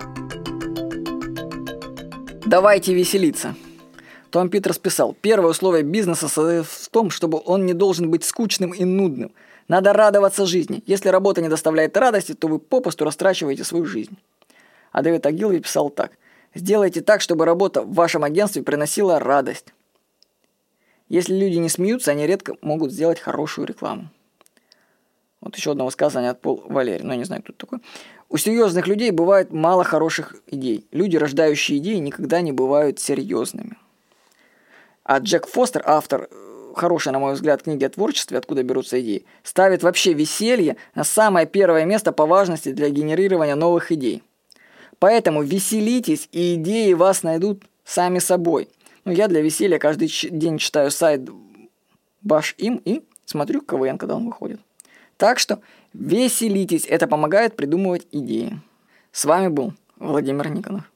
Давайте веселиться. Том Питерс писал: первое условие бизнеса состоит в том, чтобы он не должен быть скучным и нудным. Надо радоваться жизни. Если работа не доставляет радости, то вы попусту растрачиваете свою жизнь. А Дэвид Огилви писал так: сделайте так, чтобы работа в вашем агентстве приносила радость. Если люди не смеются, они редко могут сделать хорошую рекламу. Вот еще одно высказывание от Пол Валери. Я не знаю, кто это такой. У серьезных людей бывает мало хороших идей. Люди, рождающие идеи, никогда не бывают серьезными. А Джек Фостер, автор хорошей, на мой взгляд, книги о творчестве «Откуда берутся идеи», ставит вообще веселье на самое первое место по важности для генерирования новых идей. Поэтому веселитесь, и идеи вас найдут сами собой. Я для веселья каждый день читаю сайт Bash.im и смотрю КВН, когда он выходит. Так что веселитесь, это помогает придумывать идеи. С вами был Владимир Никонов.